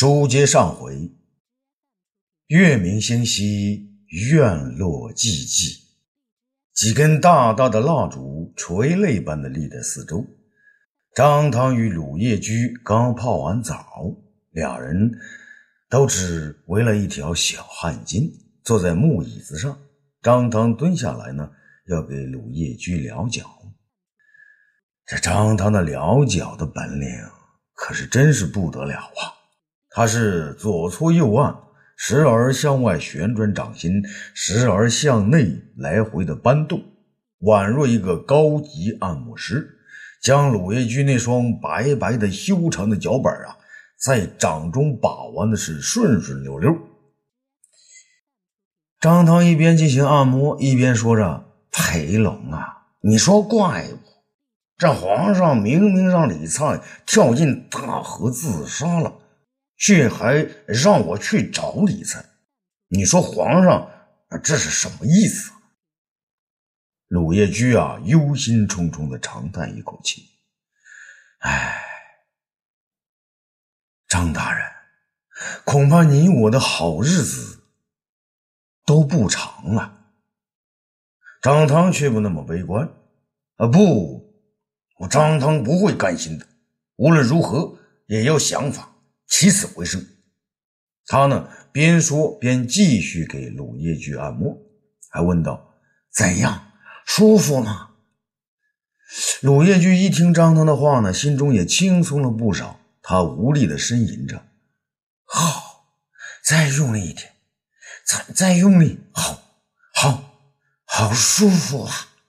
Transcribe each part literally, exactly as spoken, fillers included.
书接上回，月明星稀，院落寂寂，几根大大的蜡烛垂泪般的立在四周。张汤与鲁夜居刚泡完澡，两人都只围了一条小汗巾，坐在木椅子上。张汤蹲下来呢，要给鲁夜居疗脚。这张汤的疗脚的本领可是真是不得了啊！他是左搓右按，时而向外旋转掌心，时而向内来回的搬动，宛若一个高级按摩师，将鲁夜居那双白白的修长的脚板啊，在掌中把玩的是顺顺溜溜。张汤一边进行按摩，一边说着：“裴龙啊，你说怪不？这皇上明明让李蔡跳进大河自杀了，却还让我去找李蔡，你说皇上这是什么意思？”鲁夜居啊，忧心忡忡地长叹一口气：“唉，张大人，恐怕你我的好日子都不长了。”张汤却不那么悲观：“啊，不，我张汤不会甘心的，无论如何也要想法起死回生。”他呢，边说边继续给鲁夜居按摩，还问道：“怎样，舒服吗？”鲁夜居一听张汤的话呢，心中也轻松了不少，他无力地呻吟着：“好，再用力一点，再再用力，好，好，好舒服啊！”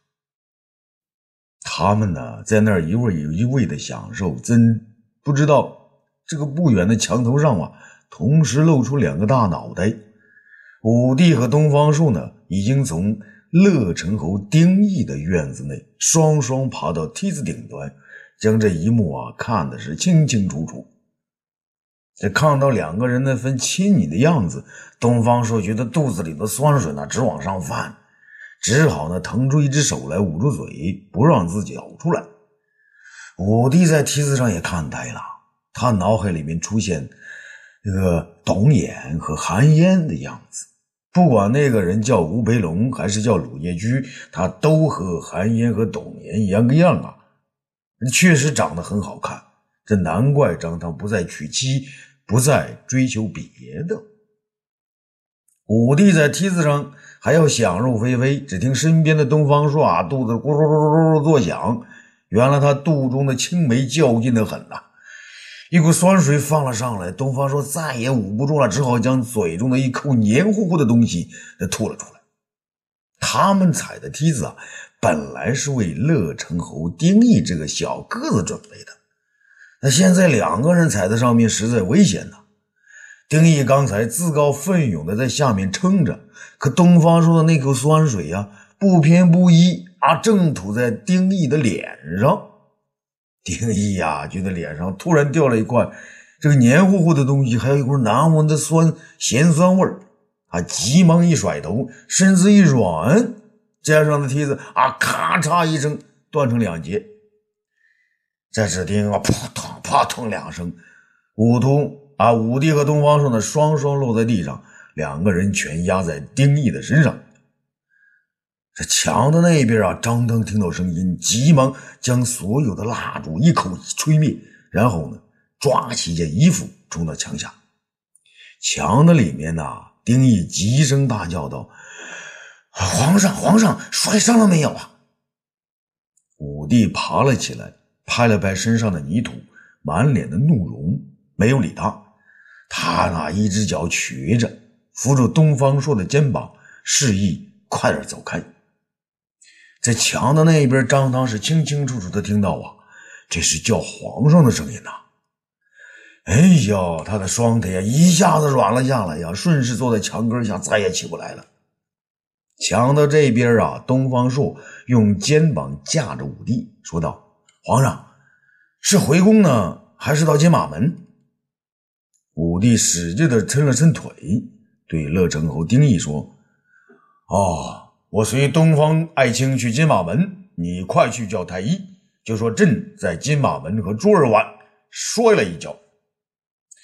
他们呢，在那儿一味有一味的享受，真不知道这个不远的墙头上啊，同时露出两个大脑袋。武帝和东方朔呢，已经从乐成侯丁义的院子内双双爬到梯子顶端，将这一幕啊看的是清清楚楚。这看到两个人那份亲昵的样子，东方朔觉得肚子里的酸水呢直往上翻，只好呢腾出一只手来捂住嘴，不让自己呕出来。武帝在梯子上也看呆了，他脑海里面出现那个董衍和韩嫣的样子，不管那个人叫吴培龙还是叫鲁夜居，他都和韩嫣和董衍一样个样啊，确实长得很好看。这难怪张汤不再娶妻，不再追求别的。武帝在梯子上还要想入非非，只听身边的东方朔啊，肚子咕噜噜噜作响，原来他肚中的青梅较劲得很呐、啊，一股酸水放了上来，东方朔再也捂不住了，只好将嘴中的一口黏糊糊的东西吐了出来。他们踩的梯子啊，本来是为乐成侯丁义这个小个子准备的，那现在两个人踩在上面实在危险呐。丁义刚才自告奋勇的在下面撑着，可东方朔的那口酸水啊，不偏不倚啊，正吐在丁义的脸上。丁义啊，觉得脸上突然掉了一块这个黏糊糊的东西，还有一股难闻的酸咸酸味儿，他急忙一甩头，身子一软，肩上的梯子啊，咔嚓一声断成两截。再只听啊，扑通扑通两声，武通啊，武帝和东方朔呢双双落在地上，两个人全压在丁义的身上。这墙的那边啊，张汤听到声音，急忙将所有的蜡烛一口吹灭，然后呢抓起一件衣服冲到墙下。墙的里面呢、啊，丁义急声大叫道：“皇上皇上，摔伤了没有啊？”武帝爬了起来，拍了拍身上的泥土，满脸的怒容，没有理他。他那一只脚瘸着，扶住东方朔的肩膀，示意快点走开。在墙的那边，张汤是清清楚楚的听到啊，这是叫皇上的声音呐、啊。哎呀，他的双腿啊一下子软了下来呀，顺势坐在墙根下，再也起不来了。墙的这边啊，东方朔用肩膀架着武帝，说道：“皇上，是回宫呢，还是到金马门？”武帝使劲地抻了抻腿，对乐成侯丁义说：“哦，我随东方爱卿去金马门，你快去叫太医，就说朕在金马门和珠儿湾摔了一跤。”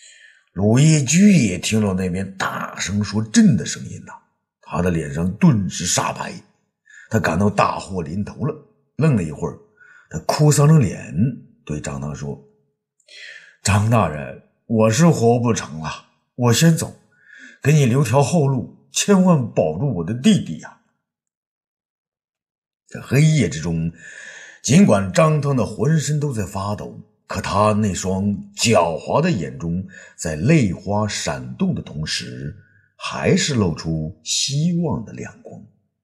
鲁业居也听到那边大声说朕的声音呐、啊，他的脸上顿时煞白，他感到大祸临头了，愣了一会儿，他哭丧着脸对张汤说：“张大人，我是活不成了，我先走，给你留条后路，千万保住我的弟弟呀、啊！”在黑夜之中，尽管张汤的浑身都在发抖，可他那双狡猾的眼中在泪花闪动的同时，还是露出希望的亮光。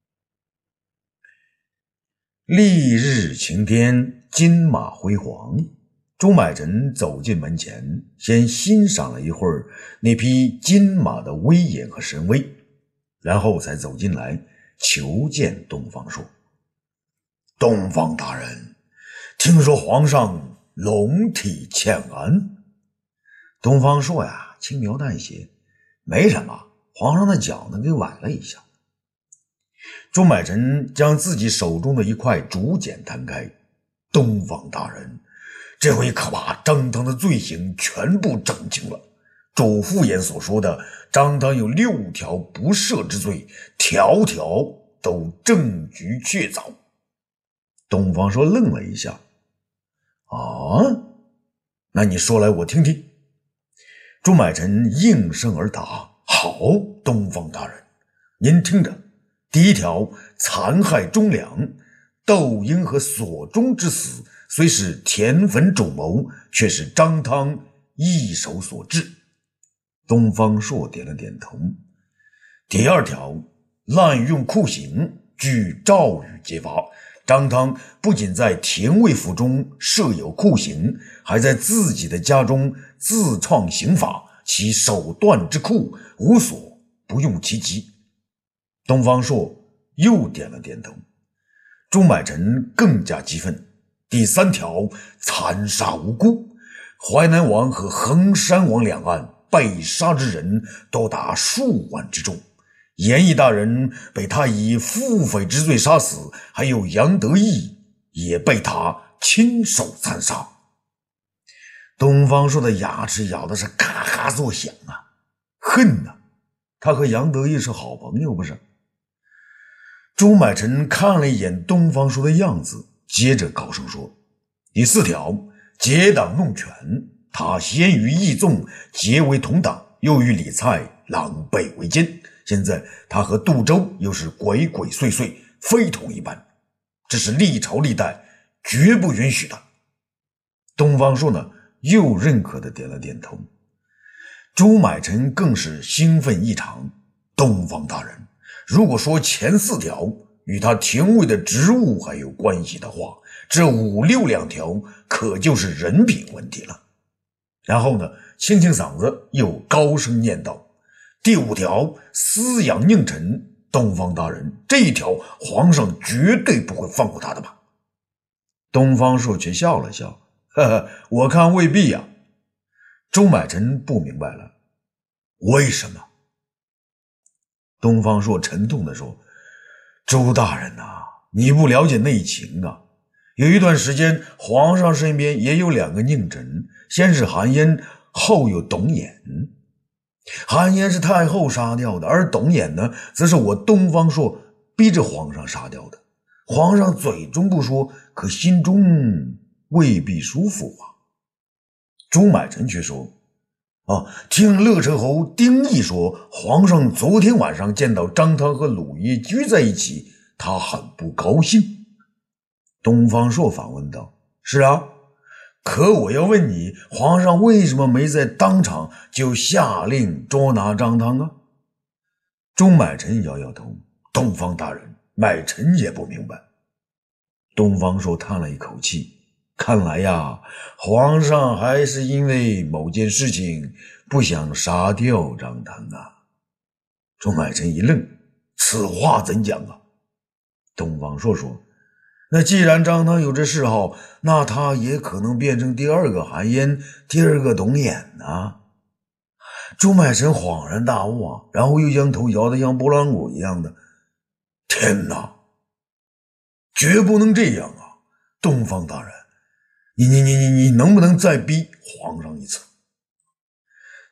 丽日晴天，金马辉煌，朱买臣走进门前，先欣赏了一会儿那匹金马的威严和神威，然后才走进来求见东方朔。东方大人，听说皇上龙体欠安。东方朔呀，轻描淡写，没什么，皇上的脚呢给崴了一下。朱买臣将自己手中的一块竹简摊开，东方大人，这回可把张汤的罪行全部整清了。主父偃所说的张汤有六条不赦之罪，条条都证据确凿。东方朔愣了一下，啊，那你说来我听听。朱买臣应声而答：好，东方大人，您听着。第一条，残害忠良，窦婴和索忠之死虽是田汾主谋，却是张汤一手所致。东方朔点了点头。第二条，滥用酷刑，据诏谕揭发，张汤不仅在廷尉府中设有酷刑，还在自己的家中自创刑法，其手段之酷，无所不用其极。东方朔又点了点头。朱买臣更加激愤。第三条，残杀无辜，淮南王和衡山王两岸被杀之人多达数万之众，严毅大人被他以腹诽之罪杀死，还有杨得意也被他亲手残杀。东方朔的牙齿咬的是咔咔作响啊，恨呐、啊！他和杨得意是好朋友不是？朱买臣看了一眼东方朔的样子，接着高声说：第四条，结党弄权，他先与义纵结为同党，又与李蔡狼狈为奸，现在他和杜周又是鬼鬼祟祟，非同一般，这是历朝历代绝不允许的。东方朔呢，又认可的点了点头。朱买臣更是兴奋异常。东方大人，如果说前四条与他廷尉的职务还有关系的话，这五六两条可就是人品问题了。然后呢，清清嗓子又高声念道：第五条，私养佞臣，东方大人，这一条皇上绝对不会放过他的吧？东方朔却笑了笑：呵呵，我看未必呀、啊。朱买臣不明白了，为什么？东方朔沉痛地说：朱大人啊，你不了解内情啊。有一段时间，皇上身边也有两个佞臣，先是韩嫣，后有董衍。韩嫣是太后杀掉的，而董衍呢，则是我东方朔逼着皇上杀掉的。皇上嘴中不说，可心中未必舒服啊。朱买臣却说：啊，听乐成侯丁义说，皇上昨天晚上见到张汤和鲁业居在一起，他很不高兴。东方朔反问道：是啊，可我要问你，皇上为什么没在当场就下令捉拿张汤啊？朱买臣摇摇头：东方大人，买臣也不明白。东方朔叹了一口气：看来呀，皇上还是因为某件事情不想杀掉张汤啊。朱买臣一愣：此话怎讲啊？东方朔说：那既然张汤有这嗜好，那他也可能变成第二个韩嫣，第二个董衍啊。朱买臣恍然大悟啊，然后又将头摇得像拨浪鼓一样的：天哪，绝不能这样啊！东方大人，你你你你你能不能再逼皇上一次？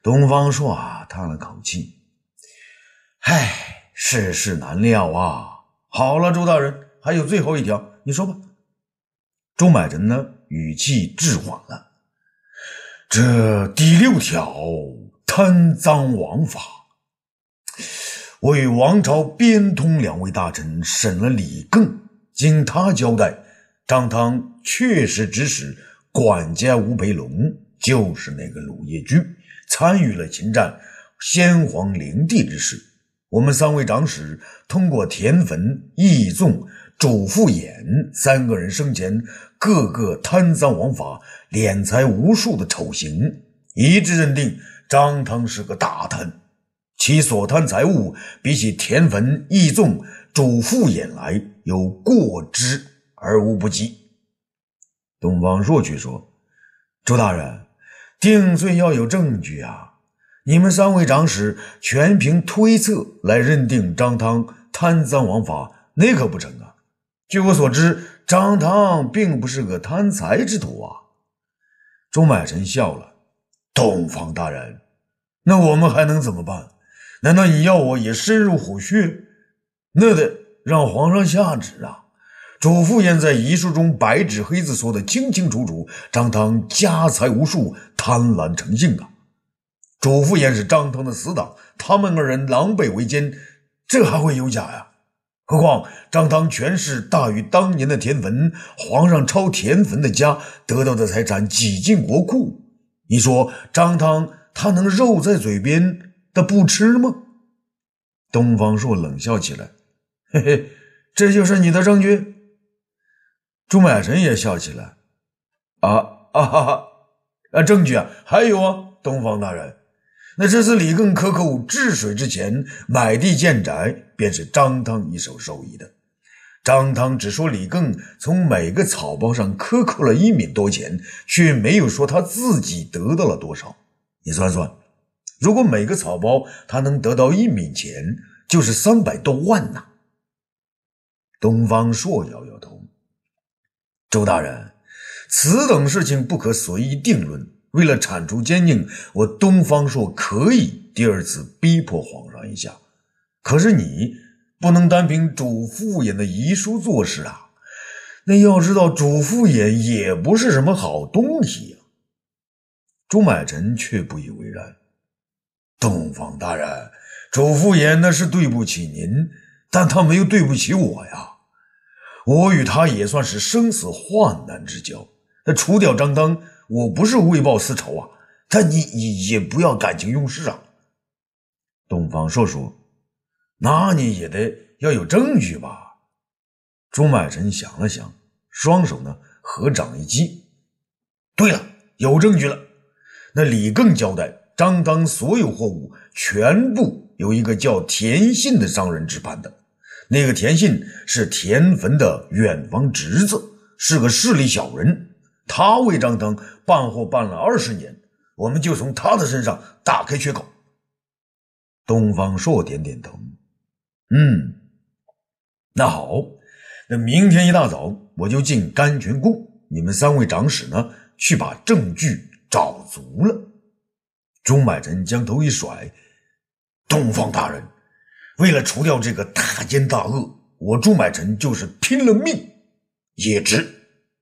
东方朔啊叹了口气，唉，世事难料啊。好了，周大人，还有最后一条，你说吧。周买臣呢语气滞缓了，这第六条贪赃枉法，我与王朝边通两位大臣审了李艮，经他交代，张汤确实指使管家吴培龙，就是那个鲁叶居，参与了侵占先皇陵地之事。我们三位长史通过田汾、义纵、主父偃三个人生前各个贪赃枉法、敛财无数的丑行，一致认定张汤是个大贪，其所贪财物比起田汾、义纵、主父偃来有过之而无不及。东方朔却说，周大人，定罪要有证据啊，你们三位长史全凭推测来认定张汤贪赃枉法，那可不成啊。据我所知，张汤并不是个贪财之徒啊。周买臣笑了，东方大人，那我们还能怎么办？难道你要我也深入虎穴？那得让皇上下旨啊。主父偃在遗书中白纸黑字说的清清楚楚，张汤家财无数，贪婪成性啊。主父偃是张汤的死党，他们二人狼狈为奸，这还会有假呀？何况张汤权势大于当年的田汾，皇上抄田汾的家得到的财产挤进国库，你说张汤他能肉在嘴边的不吃吗？东方朔冷笑起来，嘿嘿，这就是你的证据？朱买臣也笑起来，啊啊哈哈啊，证据啊，还有啊，东方大人，那这次李艮克扣治水之前买地建宅，便是张汤一手授意的。张汤只说李艮从每个草包上克扣了一敏多钱，却没有说他自己得到了多少。你算算，如果每个草包他能得到一敏钱，就是三百多万呐。东方朔摇摇头，周大人，此等事情不可随意定论。为了铲除奸佞，我东方朔可以第二次逼迫皇上一下，可是你不能单凭主父偃的遗书做事啊！那要知道，主父偃也不是什么好东西呀、啊。朱买臣却不以为然，东方大人，主父偃那是对不起您，但他没有对不起我呀。我与他也算是生死患难之交，那除掉张汤，我不是为报私仇啊，但你也不要感情用事啊。东方朔说，那你也得要有证据吧。朱买臣想了想，双手呢合掌一击，对了，有证据了。那李艮交代，张汤所有货物全部由一个叫田信的商人置办的，那个田信是田汾的远房侄子，是个势利小人，他为张汤办货办了二十年，我们就从他的身上打开缺口。东方朔点点头，嗯，那好，那明天一大早我就进甘泉宫，你们三位长史呢去把证据找足了。朱买臣将头一甩，东方大人，为了除掉这个大奸大恶，我朱买臣就是拼了命也值。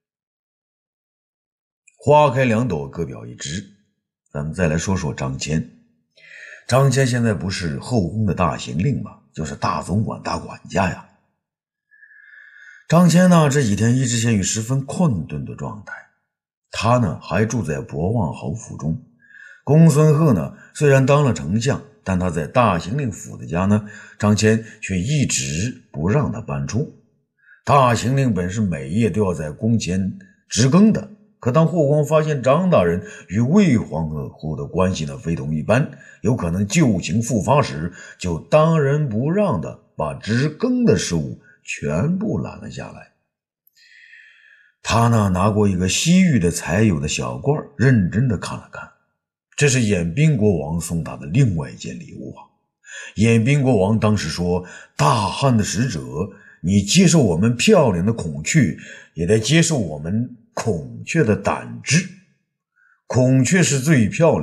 花开两朵，各表一枝。咱们再来说说张骞。张骞现在不是后宫的大行令吗？就是大总管、大管家呀。张骞呢，这几天一直陷于十分困顿的状态。他呢，还住在博望侯府中。公孙贺呢，虽然当了丞相，但他在大行令府的家呢，张骞却一直不让他搬出。大行令本是每夜都要在宫前值更的，可当霍光发现张大人与魏皇后的关系呢非同一般，有可能旧情复发时，就当仁不让的把值更的事务全部揽了下来。他呢拿过一个西域的才有的小罐，认真的看了看，这是衍宾国王送他的另外一件礼物啊。衍宾国王当时说，大汉的使者，你接受我们漂亮的孔雀，也得接受我们孔雀的胆汁。孔雀是最漂亮，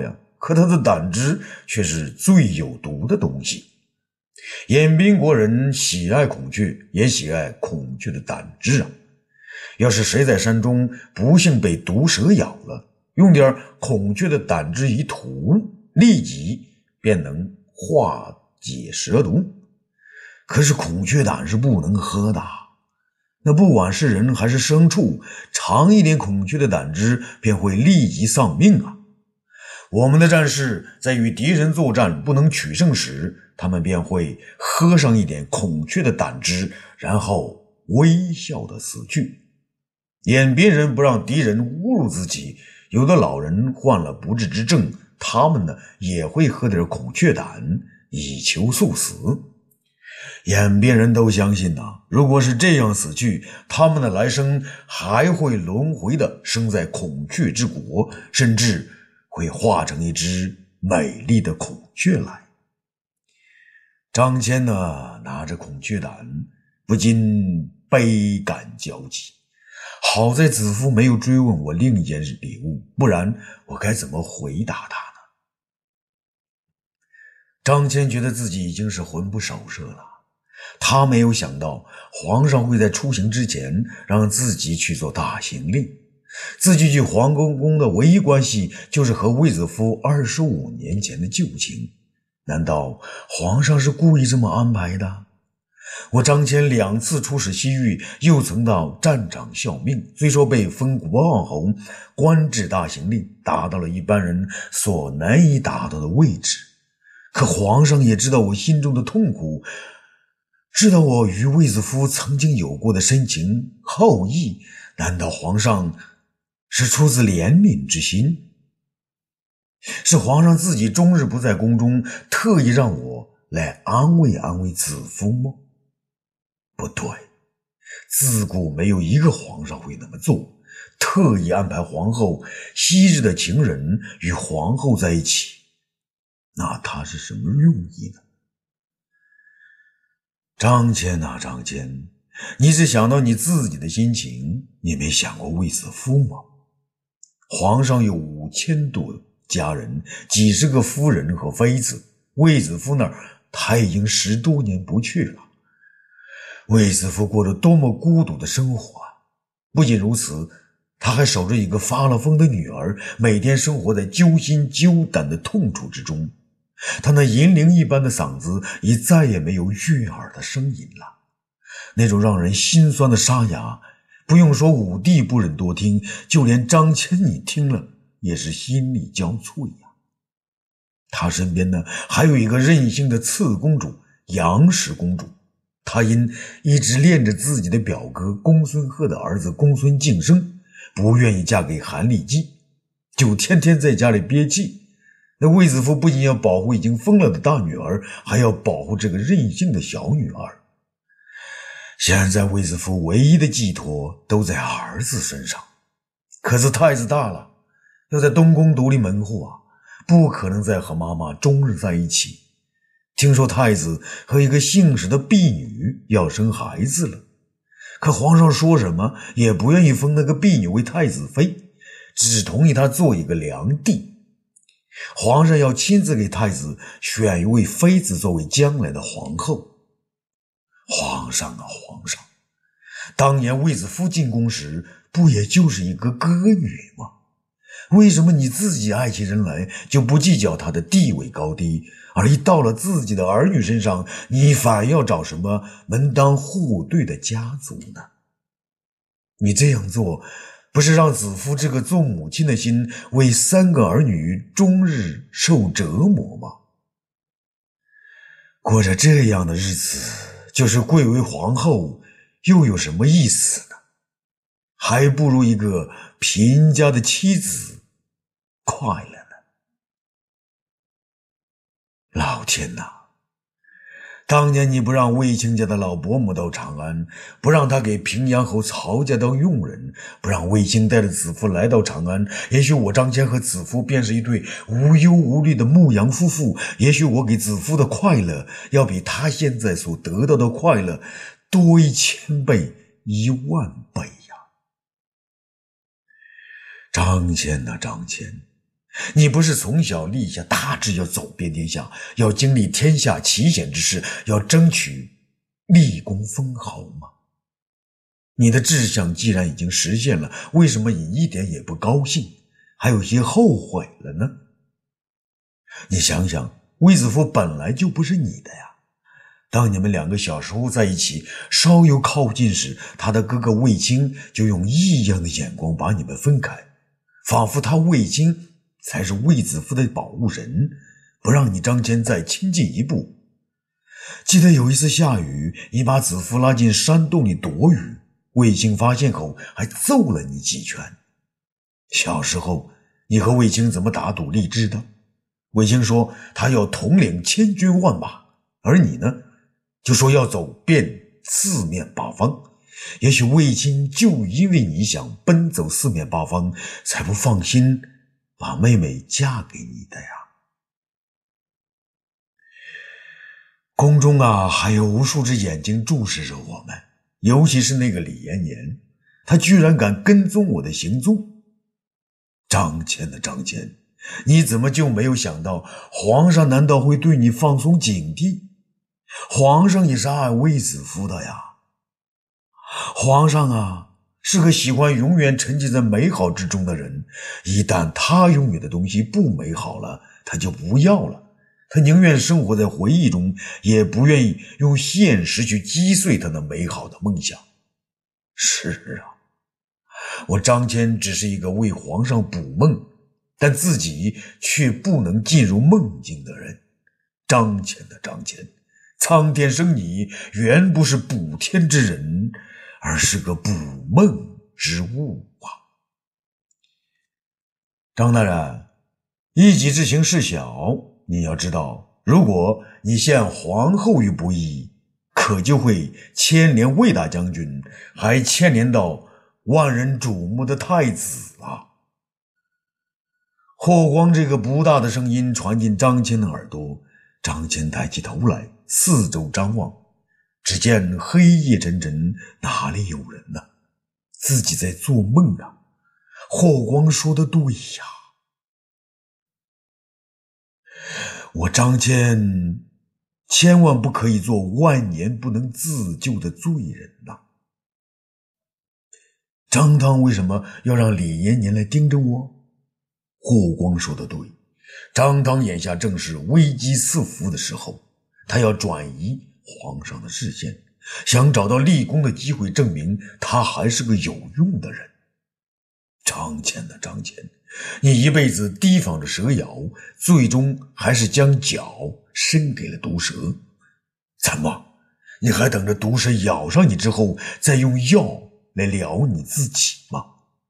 可它的胆汁却是最有毒的东西。延宾国人喜爱孔雀，也喜爱孔雀的胆汁啊。要是谁在山中不幸被毒蛇咬了，用点孔雀的胆汁一涂，立即便能化解蛇毒。可是孔雀胆是不能喝的，那不管是人还是牲畜，尝一点孔雀的胆汁便会立即丧命啊。我们的战士在与敌人作战不能取胜时，他们便会喝上一点孔雀的胆汁，然后微笑地死去。演别人不让敌人侮辱自己，有的老人患了不治之症，他们呢也会喝点孔雀胆以求速死。演别人都相信呐、啊，如果是这样死去，他们的来生还会轮回的生在孔雀之国，甚至会化成一只美丽的孔雀来。张骞呢拿着孔雀胆，不禁倍感焦急。好在子夫没有追问我另一件礼物，不然我该怎么回答他呢？张骞觉得自己已经是魂不守舍了，他没有想到皇上会在出行之前让自己去做大行令。自己去皇宫宫的唯一关系就是和卫子夫二十五年前的旧情，难道皇上是故意这么安排的？我张骞两次出使西域，又曾到战场效命，虽说被封国王侯，官至大行令，达到了一般人所难以达到的位置，可皇上也知道我心中的痛苦，知道我与卫子夫曾经有过的深情厚谊，难道皇上是出自怜悯之心？是皇上自己终日不在宫中，特意让我来安慰安慰子夫吗？不对，自古没有一个皇上会那么做，特意安排皇后昔日的情人与皇后在一起，那他是什么用意呢？张骞啊张骞，你只想到你自己的心情，你没想过卫子夫吗？皇上有五千多家人，几十个夫人和妃子，卫子夫那儿他已经十多年不去了。卫子夫过着多么孤独的生活啊！不仅如此，他还守着一个发了疯的女儿，每天生活在揪心揪胆的痛楚之中。他那银铃一般的嗓子已再也没有悦耳的声音了，那种让人心酸的沙哑，不用说武帝不忍多听，就连张骞你听了也是心力交瘁呀。他身边呢还有一个任性的次公主杨氏公主，她因一直恋着自己的表哥公孙贺的儿子公孙敬生，不愿意嫁给韩立基，就天天在家里憋气。那卫子夫不仅要保护已经疯了的大女儿，还要保护这个任性的小女儿。现在卫子夫唯一的寄托都在儿子身上，可是太子大了，要在东宫独立门户啊，不可能再和妈妈终日在一起。听说太子和一个姓史的婢女要生孩子了，可皇上说什么也不愿意封那个婢女为太子妃，只同意她做一个良娣。皇上要亲自给太子选一位妃子作为将来的皇后。皇上啊皇上，当年卫子夫进宫时不也就是一个歌女吗？为什么你自己爱起人来就不计较她的地位高低，而一到了自己的儿女身上，你反要找什么门当户对的家族呢？你这样做不是让子夫这个做母亲的心为三个儿女终日受折磨吗？过着这样的日子，就是贵为皇后，又有什么意思呢？还不如一个贫家的妻子快乐呢。老天哪，当年你不让卫青家的老伯母到长安，不让他给平阳侯曹家当佣人，不让卫青带着子夫来到长安，也许我张骞和子夫便是一对无忧无虑的牧羊夫妇，也许我给子夫的快乐要比他现在所得到的快乐多一千倍一万倍呀。张骞啊张骞， 你不是从小立下大志要走遍天下，要经历天下奇险之事，要争取立功封侯吗？你的志向既然已经实现了，为什么你一点也不高兴，还有些后悔了呢？你想想，卫子夫本来就不是你的呀。当你们两个小时候在一起，稍有靠近时，他的哥哥卫青就用异样的眼光把你们分开，仿佛他卫青才是卫子夫的保护神，不让你张骞再亲近一步。记得有一次下雨，你把子夫拉进山洞里躲雨，卫青发现后还揍了你几拳。小时候你和卫青怎么打赌立志的？卫青说他要统领千军万马，而你呢，就说要走遍四面八方。也许卫青就因为你想奔走四面八方，才不放心把妹妹嫁给你的呀。宫中啊，还有无数只眼睛注视着我们，尤其是那个李延年，他居然敢跟踪我的行踪。张骞的张骞，你怎么就没有想到皇上难道会对你放松警惕？皇上也是爱卫子夫的呀。皇上啊，是个喜欢永远沉浸在美好之中的人，一旦他拥有的东西不美好了，他就不要了。他宁愿生活在回忆中，也不愿意用现实去击碎他那美好的梦想。是啊，我张骞只是一个为皇上补梦，但自己却不能进入梦境的人。张骞的张骞，苍天生你原不是补天之人，而是个补梦之物啊。张大人，一己之行事小，你要知道，如果你陷皇后于不义，可就会牵连魏大将军，还牵连到万人瞩目的太子啊。霍光这个不大的声音传进张骞的耳朵，张骞抬起头来，四周张望，只见黑夜沉沉，哪里有人呢？自己在做梦啊。霍光说的对呀，我张骞千万不可以做万年不能自救的罪人呐。张汤为什么要让李延年来盯着我？霍光说的对，张汤眼下正是危机四伏的时候，他要转移皇上的视线，想找到立功的机会，证明他还是个有用的人。张骞的张骞，你一辈子提防着蛇咬，最终还是将脚伸给了毒蛇。怎么，你还等着毒蛇咬上你之后，再用药来疗你自己吗？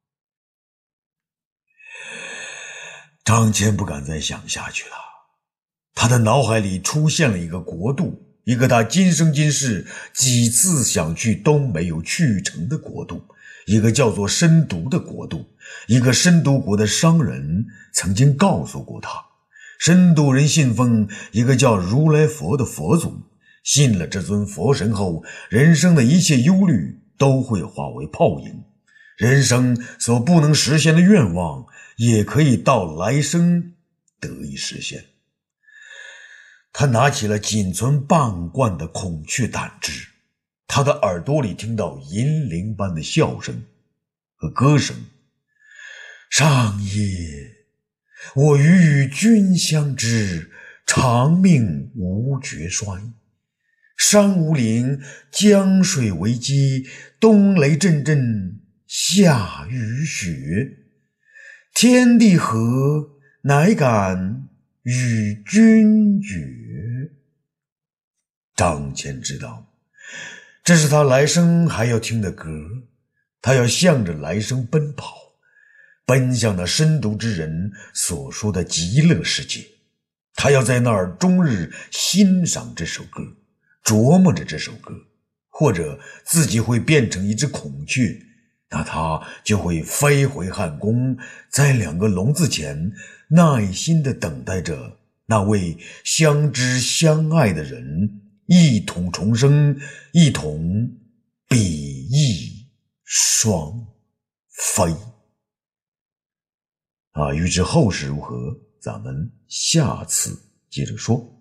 张骞不敢再想下去了，他的脑海里出现了一个国度，一个他今生今世几次想去都没有去成的国度，一个叫做深毒的国度。一个深毒国的商人曾经告诉过他，深毒人信奉一个叫如来佛的佛祖，信了这尊佛神后，人生的一切忧虑都会化为泡影，人生所不能实现的愿望也可以到来生得以实现。他拿起了仅存半罐的孔雀胆汁，他的耳朵里听到银铃般的笑声和歌声。上夜，我欲与君相知，长命无绝衰。山无陵，江水为基，冬雷阵阵，夏雨雪。天地合，乃敢与君绝。张骞知道，这是他来生还要听的歌，他要向着来生奔跑，奔向那深毒之人所说的极乐世界。他要在那儿终日欣赏这首歌，琢磨着这首歌，或者自己会变成一只孔雀，那他就会飞回汉宫，在两个笼子前耐心地等待着那位相知相爱的人一同重生，一同比翼双飞。 啊，欲知后事如何，咱们下次接着说。